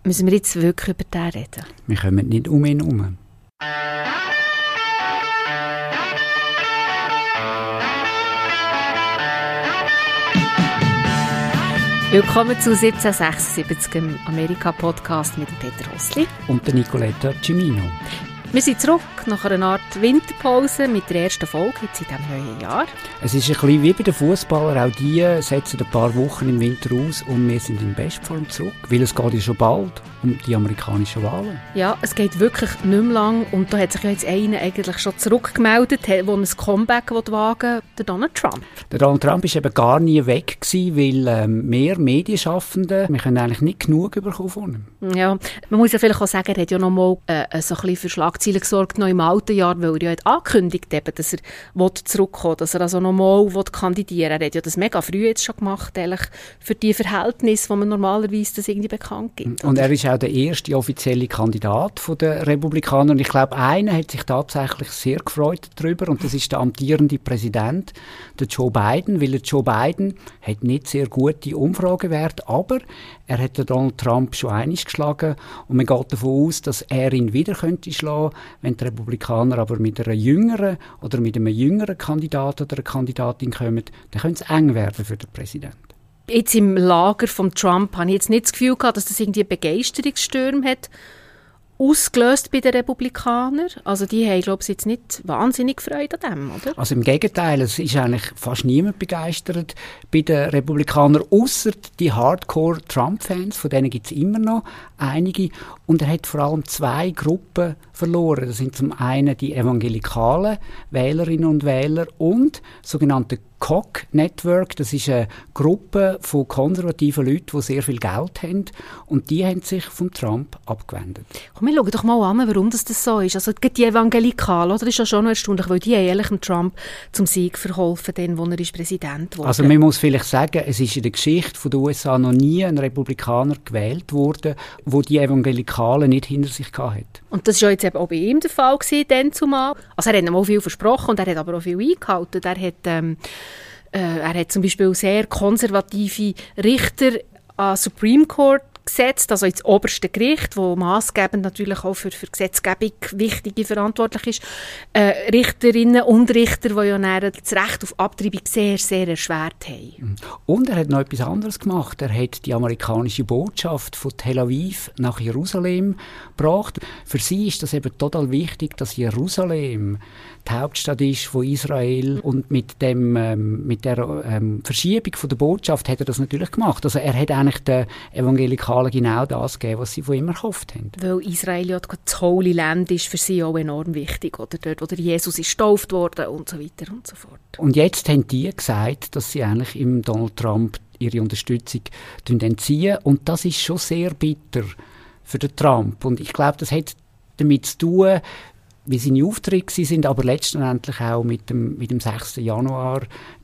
Müssen wir jetzt wirklich über den reden? Wir kommen nicht um ihn herum. Willkommen zu 1776, im Amerika-Podcast mit dem Peter Hossli und der Nicoletta Cimino. Wir sind zurück nach einer Art Winterpause mit der ersten Folge jetzt in diesem neuen Jahr. Es ist ein bisschen wie bei den Fußballern, auch die setzen ein paar Wochen im Winter aus und wir sind in Bestform zurück, weil es geht ja schon bald um die amerikanischen Wahlen. Ja, es geht wirklich nicht mehr lang und da hat sich ja jetzt einer eigentlich schon zurückgemeldet, der ein Comeback wagen will, der Donald Trump. Der Donald Trump war eben gar nie weg gewesen, weil wir Medienschaffende, wir können eigentlich nicht genug bekommen von ihm. Ja, man muss ja vielleicht auch sagen, er hat ja noch mal so ein bisschen für Schlagzeilen gesorgt, noch im alten Jahr, weil er ja angekündigt hat, dass er zurückkommen will, dass er also noch mal kandidieren will. Er hat ja das mega früh jetzt schon gemacht, ehrlich, für die Verhältnisse, die man normalerweise das irgendwie bekannt gibt. Und er ist auch der erste offizielle Kandidat der Republikaner. Und ich glaube, einer hat sich tatsächlich sehr gefreut darüber. Und das ist der amtierende Präsident, der Joe Biden. Weil der Joe Biden hat nicht sehr gute Umfragewerte, aber er hat den Donald Trump schon einmal geschlagen. Und man geht davon aus, dass er ihn wieder könnte schlagen, wenn die Republikaner aber mit einer jüngeren oder mit einem jüngeren Kandidat oder einer Kandidatin kommen, dann könnte es eng werden für den Präsidenten. Jetzt im Lager von Trump habe ich jetzt nicht das Gefühl gehabt, dass das irgendwie Begeisterungsstürme hat ausgelöst bei den Republikanern. Also die haben, glaube ich, jetzt nicht wahnsinnig Freude an dem, oder? Also im Gegenteil, es ist eigentlich fast niemand begeistert bei den Republikanern, ausser die Hardcore-Trump-Fans, von denen gibt es immer noch einige. Und er hat vor allem zwei Gruppen verloren. Das sind zum einen die evangelikalen Wählerinnen und Wähler und sogenannte Koch Network. Das ist eine Gruppe von konservativen Leuten, die sehr viel Geld haben. Und die haben sich von Trump abgewendet. Komm, wir schauen doch mal an, warum das so ist. Also die Evangelikalen, oder? Das ist ja schon noch erstaunlich, weil die haben ehrlich dem Trump zum Sieg verholfen, dann, als er Präsident wurde. Also man muss vielleicht sagen, es ist in der Geschichte der USA noch nie ein Republikaner gewählt worden, wo die Evangelikalen nicht hinter sich hatten. Und das war ja jetzt eben auch bei ihm der Fall gewesen, dann zumal. Also er hat ihm viel versprochen und er hat aber auch viel eingehalten. Er hat zum Beispiel sehr konservative Richter an Supreme Court gesetzt, also ins oberste Gericht, wo maßgebend natürlich auch für Gesetzgebung wichtige verantwortlich ist. Richterinnen und Richter, die ja das Recht auf Abtreibung sehr, sehr erschwert haben. Und er hat noch etwas anderes gemacht. Er hat die amerikanische Botschaft von Tel Aviv nach Jerusalem gebracht. Für sie ist das eben total wichtig, dass Jerusalem die Hauptstadt ist von Israel. Und mit der Verschiebung von der Botschaft hat er das natürlich gemacht. Also er hat eigentlich den Evangelikalen genau das gegeben, was sie von ihm erhofft haben. Weil Israel ja das Holy Land ist für sie auch enorm wichtig. Oder dort, wo der Jesus ist getauft worden und so weiter und so fort. Und jetzt haben die gesagt, dass sie eigentlich im Donald Trump ihre Unterstützung entziehen. Und das ist schon sehr bitter für den Trump. Und ich glaube, das hat damit zu tun, wie seine Auftritte sind, aber letztendlich auch mit dem 6. Januar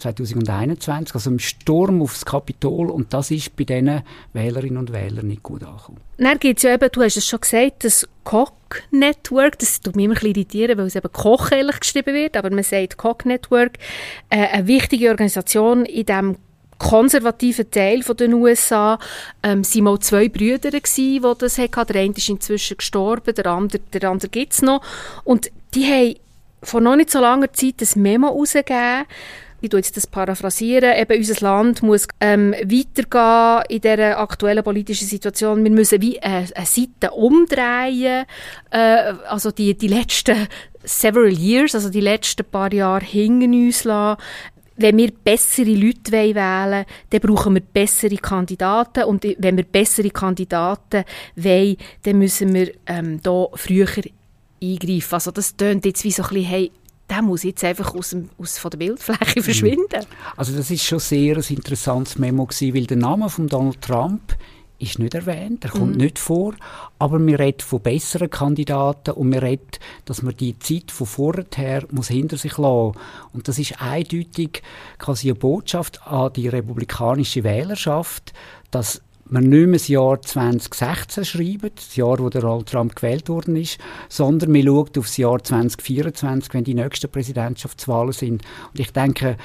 2021, also im Sturm aufs Kapitol, und das ist bei diesen Wählerinnen und Wählern nicht gut angekommen. Dann gibt es ja eben, du hast es schon gesagt, das Koch Network, das tut mich immer ein bisschen irritieren, weil es eben Koch ehrlich geschrieben wird, aber man sagt Koch Network, eine wichtige Organisation in diesem konservativen Teil der USA. Es waren mal zwei Brüder, die das hatten. Der eine ist inzwischen gestorben, der andere gibt es noch. Und die haben vor noch nicht so langer Zeit ein Memo herausgegeben. Ich tue jetzt das paraphrasieren. Eben, unser Land muss weitergehen in dieser aktuellen politischen Situation. Wir müssen wie eine Seite umdrehen. Also die letzten several years, also die letzten paar Jahre hinter uns lassen. Wenn wir bessere Leute wählen wollen, dann brauchen wir bessere Kandidaten. Und wenn wir bessere Kandidaten wollen, dann müssen wir da früher eingreifen. Also das tönt jetzt wie so ein bisschen, hey, der muss jetzt einfach von der Bildfläche verschwinden. Also das ist schon sehr ein interessantes Memo gewesen, weil der Name von Donald Trump ist nicht erwähnt, er kommt nicht vor, aber wir reden von besseren Kandidaten und wir reden, dass man die Zeit von vorher muss hinter sich lassen. Und das ist eindeutig quasi eine Botschaft an die republikanische Wählerschaft, dass man nicht mehr das Jahr 2016 schreibt, das Jahr, wo der Donald Trump gewählt worden ist, sondern man schaut auf das Jahr 2024, wenn die nächsten Präsidentschaftswahlen sind. Und ich denke,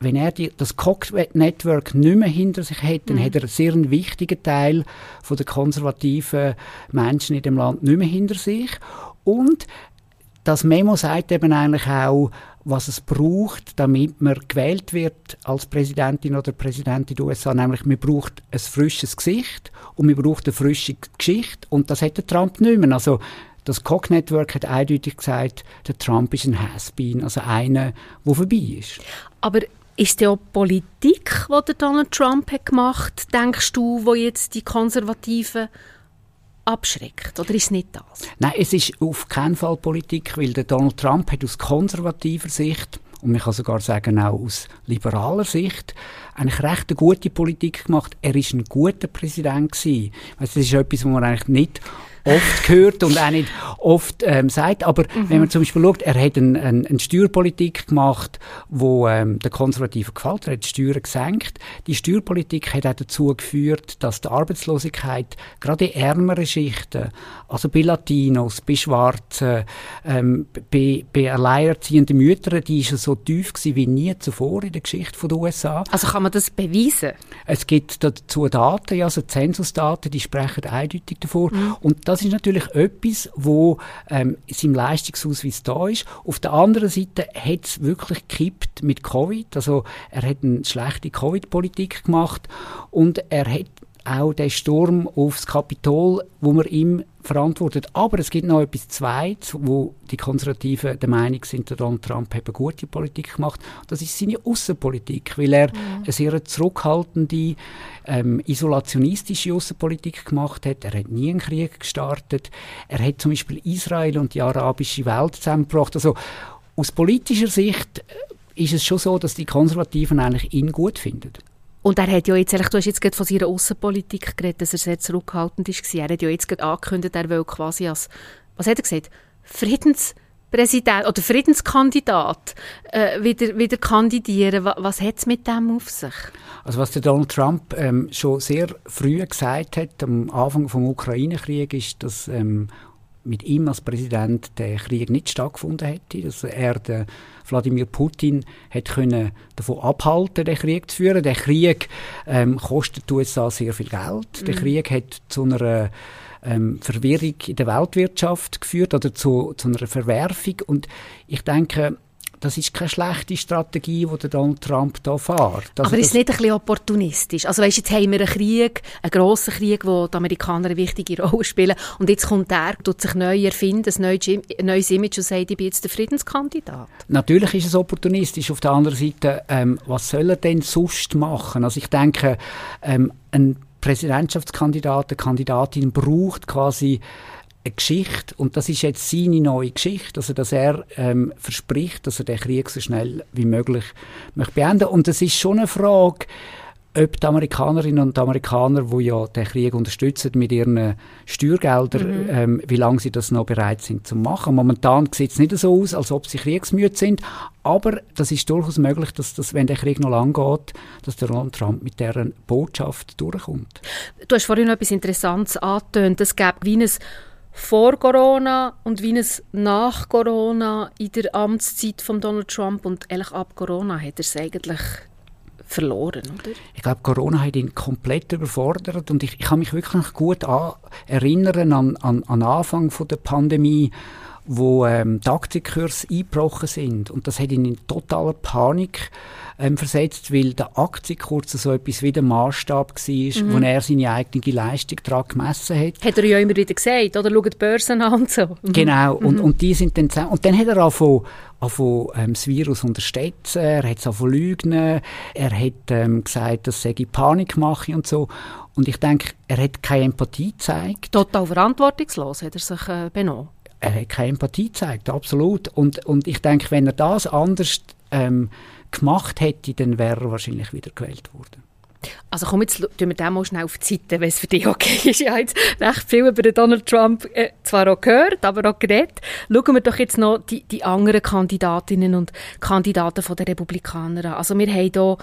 wenn er das Koch-Network nicht mehr hinter sich hat, dann hat er einen sehr wichtigen Teil von der konservativen Menschen in dem Land nicht mehr hinter sich. Und das Memo sagt eben eigentlich auch, was es braucht, damit man gewählt wird als Präsidentin oder Präsident in den USA. Nämlich, man braucht ein frisches Gesicht und man braucht eine frische Geschichte. Und das hat der Trump nicht mehr. Also, das Koch-Network hat eindeutig gesagt, der Trump ist ein Has-Been, also einer, der vorbei ist. Aber ist die auch Politik, die der Donald Trump hat gemacht, denkst du, wo jetzt die Konservativen abschreckt? Oder ist es nicht das? Nein, es ist auf keinen Fall Politik, weil der Donald Trump hat aus konservativer Sicht, und man kann sogar sagen auch aus liberaler Sicht, eigentlich recht eine gute Politik gemacht. Er war ein guter Präsident gewesen. Das ist etwas, was man eigentlich nicht oft hört und auch nicht oft sagt. Aber wenn man zum Beispiel schaut, er hat eine Steuerpolitik gemacht, wo der Konservativen gefällt. Er hat die Steuern gesenkt. Die Steuerpolitik hat auch dazu geführt, dass die Arbeitslosigkeit gerade in ärmeren Schichten, also bei Latinos, bei Schwarzen, bei alleinerziehenden Müttern, die ist so tief gewesen wie nie zuvor in der Geschichte der USA. Also kann man das beweisen? Es gibt dazu Daten, also Zensusdaten, die sprechen eindeutig davor. Und das ist natürlich etwas, wo in seinem Leistungsausweis da ist. Auf der anderen Seite hat es wirklich gekippt mit Covid. Also er hat eine schlechte Covid-Politik gemacht und er hat auch den Sturm aufs Kapitol, wo man ihm verantwortet. Aber es gibt noch etwas Zweites, wo die Konservativen der Meinung sind, der Donald Trump hat eine gute Politik gemacht. Das ist seine Aussenpolitik, weil er eine sehr zurückhaltende, isolationistische Aussenpolitik gemacht hat. Er hat nie einen Krieg gestartet. Er hat zum Beispiel Israel und die arabische Welt zusammengebracht. Also aus politischer Sicht ist es schon so, dass die Konservativen eigentlich ihn gut finden. Und er hat ja jetzt, du hast jetzt gerade von seiner Aussenpolitik geredet, dass er sehr zurückhaltend war. Er hat ja jetzt gerade angekündigt, er will quasi als, was hat er gesagt, Friedenspräsident oder Friedenskandidat wieder kandidieren. Was hat es mit dem auf sich? Also was der Donald Trump schon sehr früh gesagt hat, am Anfang des Ukraine-Kriegs, ist, dass mit ihm als Präsident der Krieg nicht stattgefunden hätte, dass er den Wladimir Putin hätte können davon abhalten, den Krieg zu führen. Der Krieg kostet die USA sehr viel Geld. Der Krieg hat zu einer Verwirrung in der Weltwirtschaft geführt oder zu einer Verwerfung. Und ich denke, das ist keine schlechte Strategie, die Donald Trump hier fährt. Also aber ist es nicht ein bisschen opportunistisch? Also weißt, jetzt haben wir einen Krieg, einen grossen Krieg, wo die Amerikaner eine wichtige Rolle spielen. Und jetzt kommt er, tut sich neu erfinden, ein neues Image und sagt, ich bin jetzt der Friedenskandidat. Natürlich ist es opportunistisch. Auf der anderen Seite, was soll er denn sonst machen? Also ich denke, ein Präsidentschaftskandidat, eine Kandidatin braucht quasi eine Geschichte, und das ist jetzt seine neue Geschichte, also dass er verspricht, dass er den Krieg so schnell wie möglich möchte beenden. Und es ist schon eine Frage, ob die Amerikanerinnen und Amerikaner, die ja den Krieg unterstützen mit ihren Steuergeldern, wie lange sie das noch bereit sind zu machen. Momentan sieht es nicht so aus, als ob sie kriegsmüde sind, aber das ist durchaus möglich, dass wenn der Krieg noch lang geht, dass der Donald Trump mit dieser Botschaft durchkommt. Du hast vorhin noch etwas Interessantes angetönt. Es gäbe wie ein vor Corona und wie ein nach Corona in der Amtszeit von Donald Trump, und ehrlich ab Corona hat er es eigentlich verloren, oder? Ich glaube, Corona hat ihn komplett überfordert, und ich kann mich wirklich gut erinnern an den Anfang der Pandemie, wo die Aktienkurse eingebrochen sind, und das hat ihn in totaler Panik versetzt, weil der Aktienkurs so etwas wie der Maßstab war, wo er seine eigene Leistung daran gemessen hat. Hat er ja immer wieder gesagt, oder? Schaut die Börsen an und so. Genau, und die sind dann zusammen. Und dann hat er angefangen, das Virus unterstützen, er hat es angefangen lügen, er hat gesagt, das sei Panikmache und so. Und ich denke, er hat keine Empathie gezeigt. Total verantwortungslos hat er sich benommen. Er hat keine Empathie gezeigt, absolut. Und ich denke, wenn er das anders gemacht hätte, dann wäre er wahrscheinlich wieder gewählt worden. Also komm, jetzt tun wir den mal schnell auf die Seite, wenn es für dich okay ist. Ich habe jetzt recht viel über den Donald Trump zwar auch gehört, aber auch geredet. Schauen wir doch jetzt noch die anderen Kandidatinnen und Kandidaten der Republikaner an. Also wir haben hier,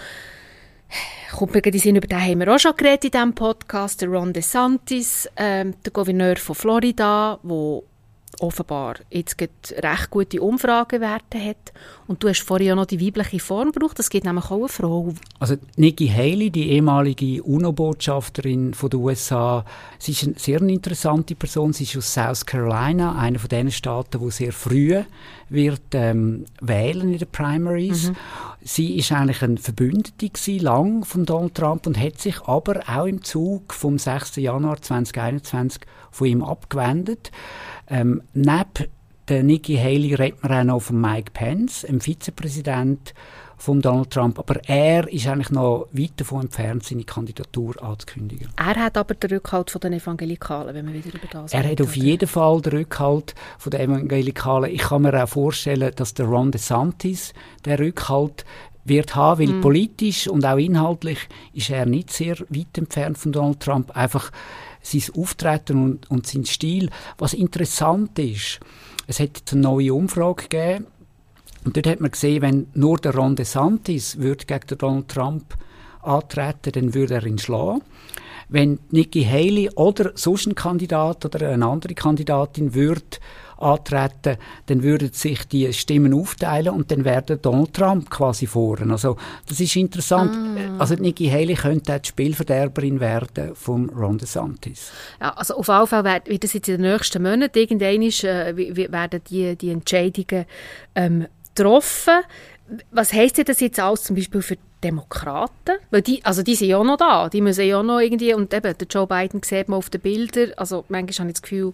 kommt mir gerade in den Sinn, über den haben wir auch schon geredet in diesem Podcast, der Ron DeSantis, der Gouverneur von Florida, der offenbar jetzt recht gute Umfragewerte hat. Und du hast vorhin ja noch die weibliche Form gebraucht, es gibt nämlich auch eine Frau. Also Nikki Haley, die ehemalige UNO-Botschafterin von den USA, sie ist eine sehr interessante Person. Sie ist aus South Carolina, einer von den Staaten, wo sehr früh wird wählen in den Primaries. Sie ist eigentlich eine Verbündete gewesen, lang von Donald Trump, und hat sich aber auch im Zug vom 6. Januar 2021 von ihm abgewendet. Neben der Nikki Haley redet man auch noch von Mike Pence, dem Vizepräsident von Donald Trump. Aber er ist eigentlich noch weit davon entfernt, seine Kandidatur anzukündigen. Er hat aber den Rückhalt von den Evangelikalen, wenn man wieder über das Er hat auf jeden Fall den Rückhalt von den Evangelikalen. Ich kann mir auch vorstellen, dass der Ron DeSantis den Rückhalt wird haben, weil politisch und auch inhaltlich ist er nicht sehr weit entfernt von Donald Trump. Einfach sein Auftreten und sein Stil. Was interessant ist, es hat eine neue Umfrage gegeben und dort hat man gesehen, wenn nur der Ron DeSantis würde gegen den Donald Trump antreten, dann würde er ihn schlagen. Wenn Nikki Haley oder sonst ein Kandidat oder eine andere Kandidatin würde antreten, dann würden sich die Stimmen aufteilen und dann wäre Donald Trump quasi vorne. Also das ist interessant. Also Nikki Haley könnte auch die Spielverderberin werden von Ron DeSantis. Ja, also auf jeden Fall wird es jetzt in den nächsten Monaten irgendwann werden die Entscheidungen getroffen. Was heisst das jetzt alles zum Beispiel für Demokraten? Weil die sind ja noch da. Die müssen ja noch irgendwie, und eben, der Joe Biden sieht man auf den Bildern, also manchmal habe ich das Gefühl,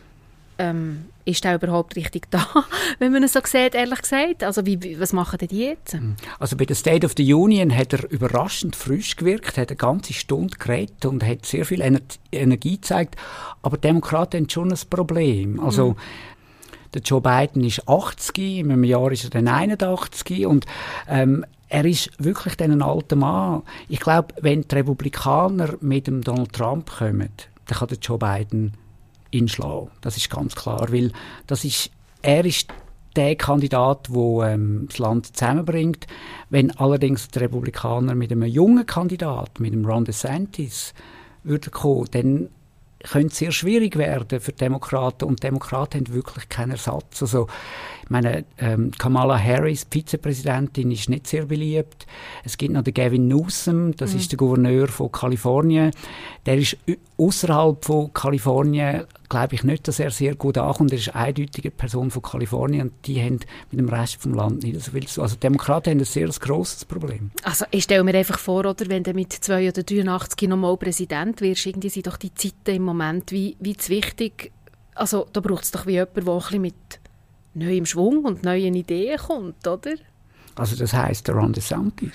ist der überhaupt richtig da, wenn man es so sieht, ehrlich gesagt? Also was machen denn die jetzt? Also bei der State of the Union hat er überraschend frisch gewirkt, hat eine ganze Stunde geredet und hat sehr viel Energie gezeigt. Aber die Demokraten haben schon ein Problem. Also der Joe Biden ist 80, in einem Jahr ist er dann 81 und er ist wirklich ein alter Mann. Ich glaube, wenn die Republikaner mit dem Donald Trump kommen, dann kann der Joe Biden ihn schlagen. Das ist ganz klar, weil er ist der Kandidat, der das Land zusammenbringt. Wenn allerdings die Republikaner mit einem jungen Kandidat, mit dem Ron DeSantis, würden kommen, dann könnte es sehr schwierig werden für die Demokraten. Und die Demokraten haben wirklich keinen Ersatz. Also, ich meine, Kamala Harris, die Vizepräsidentin, ist nicht sehr beliebt. Es gibt noch den Gavin Newsom, das ist der Gouverneur von Kalifornien. Der ist außerhalb von Kalifornien, glaube ich nicht, dass er sehr gut ankommt. Er ist eine eindeutige Person von Kalifornien und die haben mit dem Rest vom Land nicht so viel zu tun. Also die Demokraten haben ein sehr grosses Problem. Also ich stelle mir einfach vor, oder, wenn du mit 2 oder 83 nochmal Präsident wirst, irgendwie sind doch die Zeiten im Moment wie zu wichtig. Also da braucht es doch wie jemand, der ein bisschen mit neuem Schwung und neuen Ideen kommt, oder? Also das heisst der Ron DeSantis?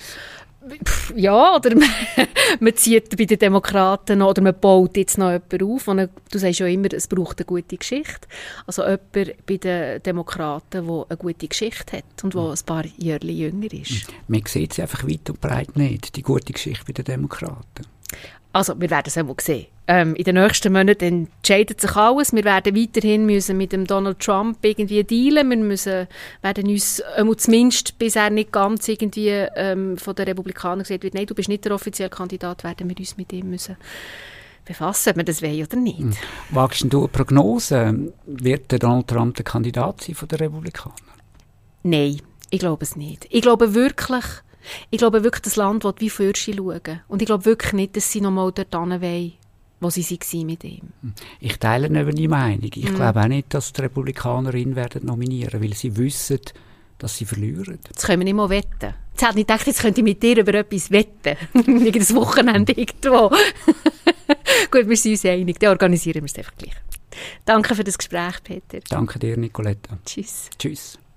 Ja, oder man zieht bei den Demokraten oder man baut jetzt noch jemanden auf. Und du sagst ja immer, es braucht eine gute Geschichte. Also jemand bei den Demokraten, der eine gute Geschichte hat und der ein paar Jahre jünger ist. Man sieht es einfach weit und breit nicht, die gute Geschichte bei den Demokraten. Also, wir werden es einmal sehen. In den nächsten Monaten entscheidet sich alles. Wir werden weiterhin müssen mit dem Donald Trump irgendwie dealen. Wir werden uns zumindest, bis er nicht ganz irgendwie von den Republikanern gesagt wird, nein, du bist nicht der offizielle Kandidat, werden wir uns mit ihm müssen befassen, ob wir das wollen oder nicht. Wagst du eine Prognose? Wird der Donald Trump der Kandidat sein von den Republikanern? Nein, ich glaube es nicht. Ich glaube wirklich, das Land will wie Fürsche schauen. Und ich glaube wirklich nicht, dass sie noch mal dort hin wollen, wo sie waren mit ihm. Ich teile eben die Meinung. Ich glaube auch nicht, dass die Republikaner ihn werden nominieren, weil sie wissen, dass sie verlieren. Jetzt können wir nicht mal wetten. Jetzt hätte ich gedacht, jetzt könnte ich mit dir über etwas wetten. Irgendein Wochenende irgendwo. Gut, wir sind uns einig. Dann organisieren wir es einfach gleich. Danke für das Gespräch, Peter. Danke dir, Nicoletta. Tschüss. Tschüss.